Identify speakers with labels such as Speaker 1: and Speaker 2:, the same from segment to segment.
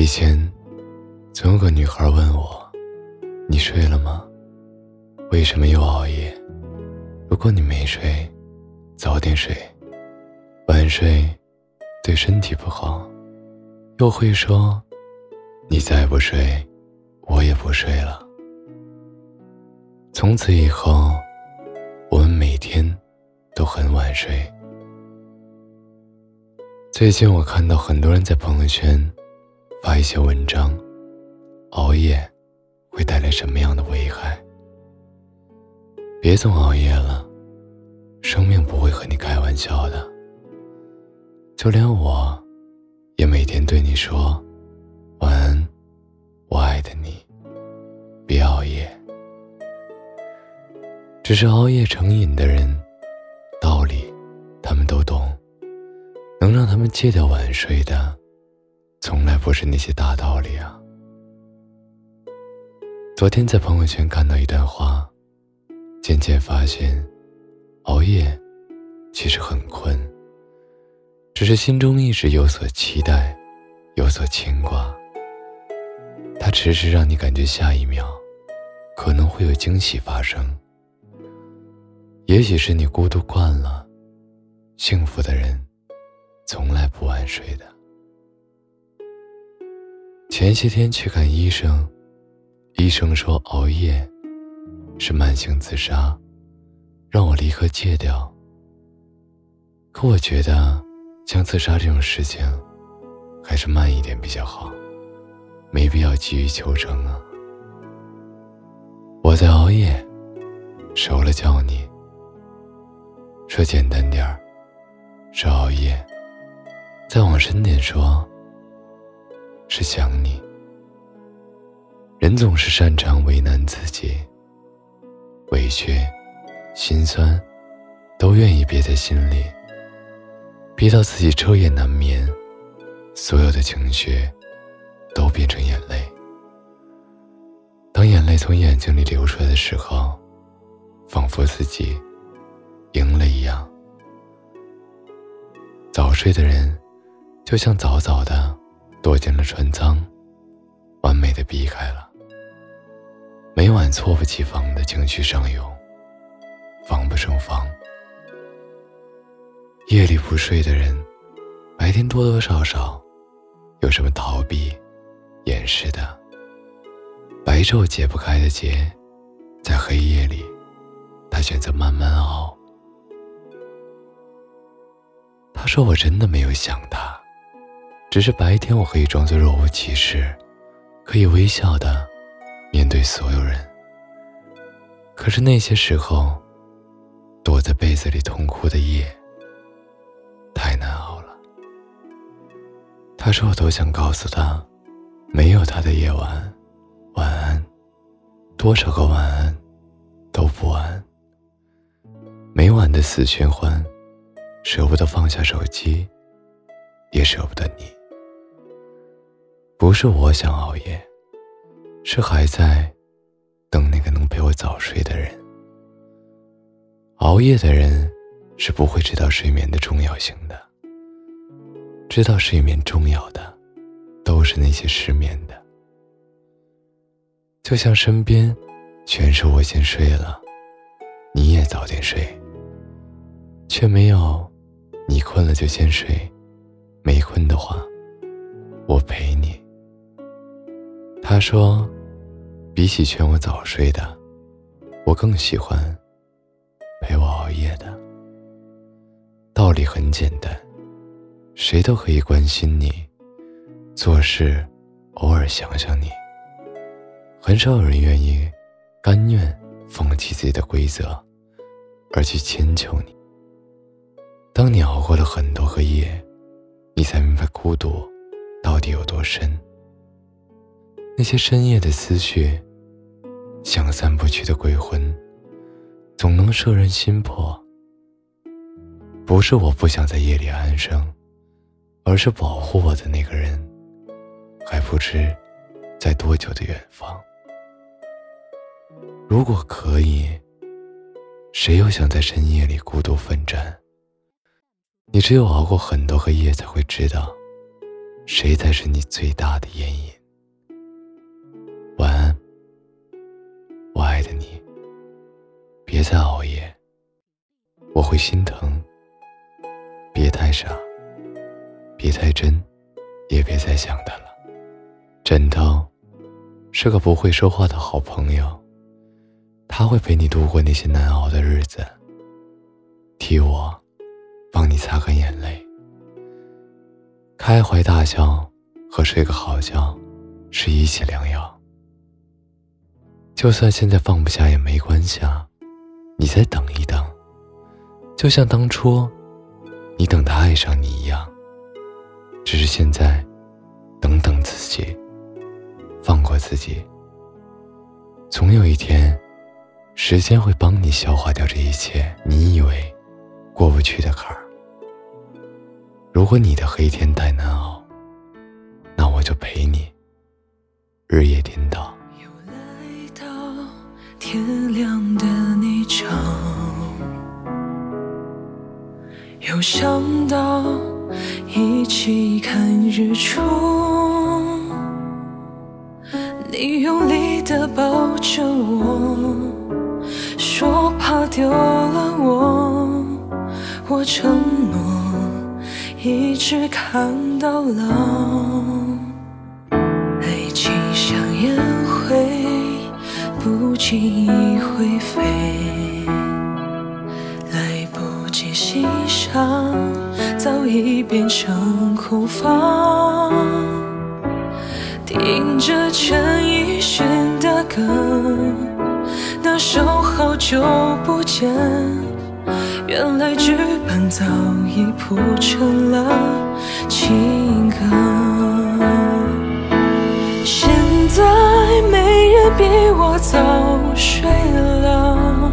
Speaker 1: 以前总有个女孩问我，你睡了吗？为什么又熬夜？如果你没睡，早点睡，晚睡对身体不好。又会说，你再不睡，我也不睡了。从此以后，我们每天都很晚睡。最近我看到很多人在朋友圈发一些文章，熬夜会带来什么样的危害？别总熬夜了，生命不会和你开玩笑的。就连我也每天对你说晚安，我爱的你，别熬夜。只是熬夜成瘾的人，道理他们都懂，能让他们戒掉晚睡的从来不是那些大道理啊。昨天在朋友圈看到一段话，渐渐发现熬夜其实很困，只是心中一直有所期待，有所牵挂。它迟迟让你感觉下一秒可能会有惊喜发生。也许是你孤独惯了，幸福的人从来不晚睡的。前些天去看医生，医生说熬夜是慢性自杀，让我立刻戒掉。可我觉得像自杀这种事情还是慢一点比较好，没必要急于求成啊。我在熬夜，熟了叫你，说简单点儿，是熬夜；再往深点说，是想你。人总是擅长为难自己，委屈、心酸都愿意憋在心里，逼到自己彻夜难眠，所有的情绪都变成眼泪。当眼泪从眼睛里流出来的时候，仿佛自己赢了一样。早睡的人就像早早的躲进了船舱，完美的避开了。每晚猝不及防的情绪上涌，防不胜防。夜里不睡的人，白天多多少少有什么逃避、掩饰的。白昼解不开的结，在黑夜里，他选择慢慢熬。他说我真的没有想他，只是白天我可以装作若无其事，可以微笑的面对所有人。可是那些时候，躲在被子里痛哭的夜，太难熬了。他说我都想告诉他，没有他的夜晚，晚安，多少个晚安都不安。每晚的死循环，舍不得放下手机，也舍不得你。不是我想熬夜，是还在等那个能陪我早睡的人。熬夜的人是不会知道睡眠的重要性的，知道睡眠重要的都是那些失眠的。就像身边全是我先睡了，你也早点睡，却没有你困了就先睡，没困的话我陪你。他说比起劝我早睡的，我更喜欢陪我熬夜的。道理很简单，谁都可以关心你，做事偶尔想想你。很少有人甘愿放弃自己的规则而去迁就你。当你熬过了很多个夜，你才明白孤独到底有多深。那些深夜的思绪，像散不去的鬼魂，总能摄人心魄。不是我不想在夜里安生，而是保护我的那个人还不知在多久的远方。如果可以，谁又想在深夜里孤独奋战？你只有熬过很多个夜才会知道， 谁才是你最大的烟瘾。晚安，我爱的你，别再熬夜，我会心疼。别太傻，别太真，也别再想他了。枕头是个不会说话的好朋友，他会陪你度过那些难熬的日子，替我帮你擦干眼泪。开怀大笑和睡个好觉是一剂良药。就算现在放不下也没关系啊，你再等一等，就像当初你等他爱上你一样。只是现在等自己，放过自己。总有一天，时间会帮你消化掉这一切你以为过不去的坎儿。如果你的黑天太难熬，那我就陪你日夜颠倒。
Speaker 2: 又来到天亮的那场，又想到一起看日出，你用力地抱着我，说怕丢了我承诺一直看到老。爱情像烟灰，不经意会飞，来不及欣赏，早已变成空房。听着陈奕迅的歌，那首好久不见，原来剧本早已铺成了情歌。现在没人比我早睡了，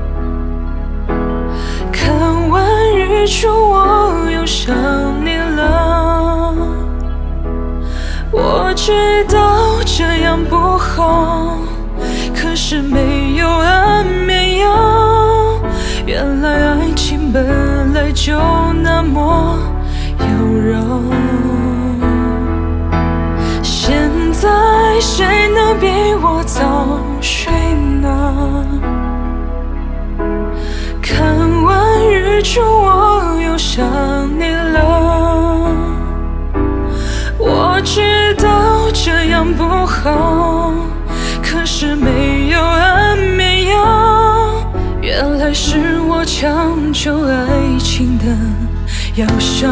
Speaker 2: 看完日出我又想你了。我知道这样不好，可是没有安眠药。原来爱情本来就那么妖娆。现在谁能比我早睡呢？看完日出我又想你了。我知道这样不好，可是没有安眠药。原来是我强求爱情的药效。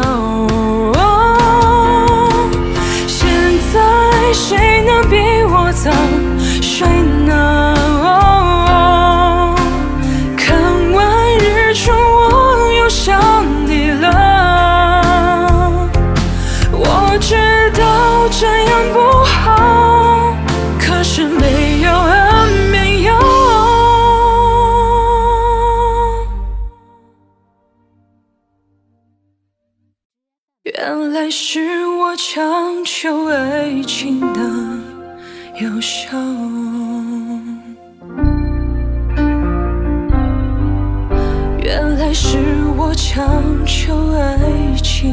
Speaker 2: 现在谁能比我早睡呢？看完日出我又想你了。我知道这样不好，可是没有安眠药。原来是我强求爱情的药效。原来是我强求爱情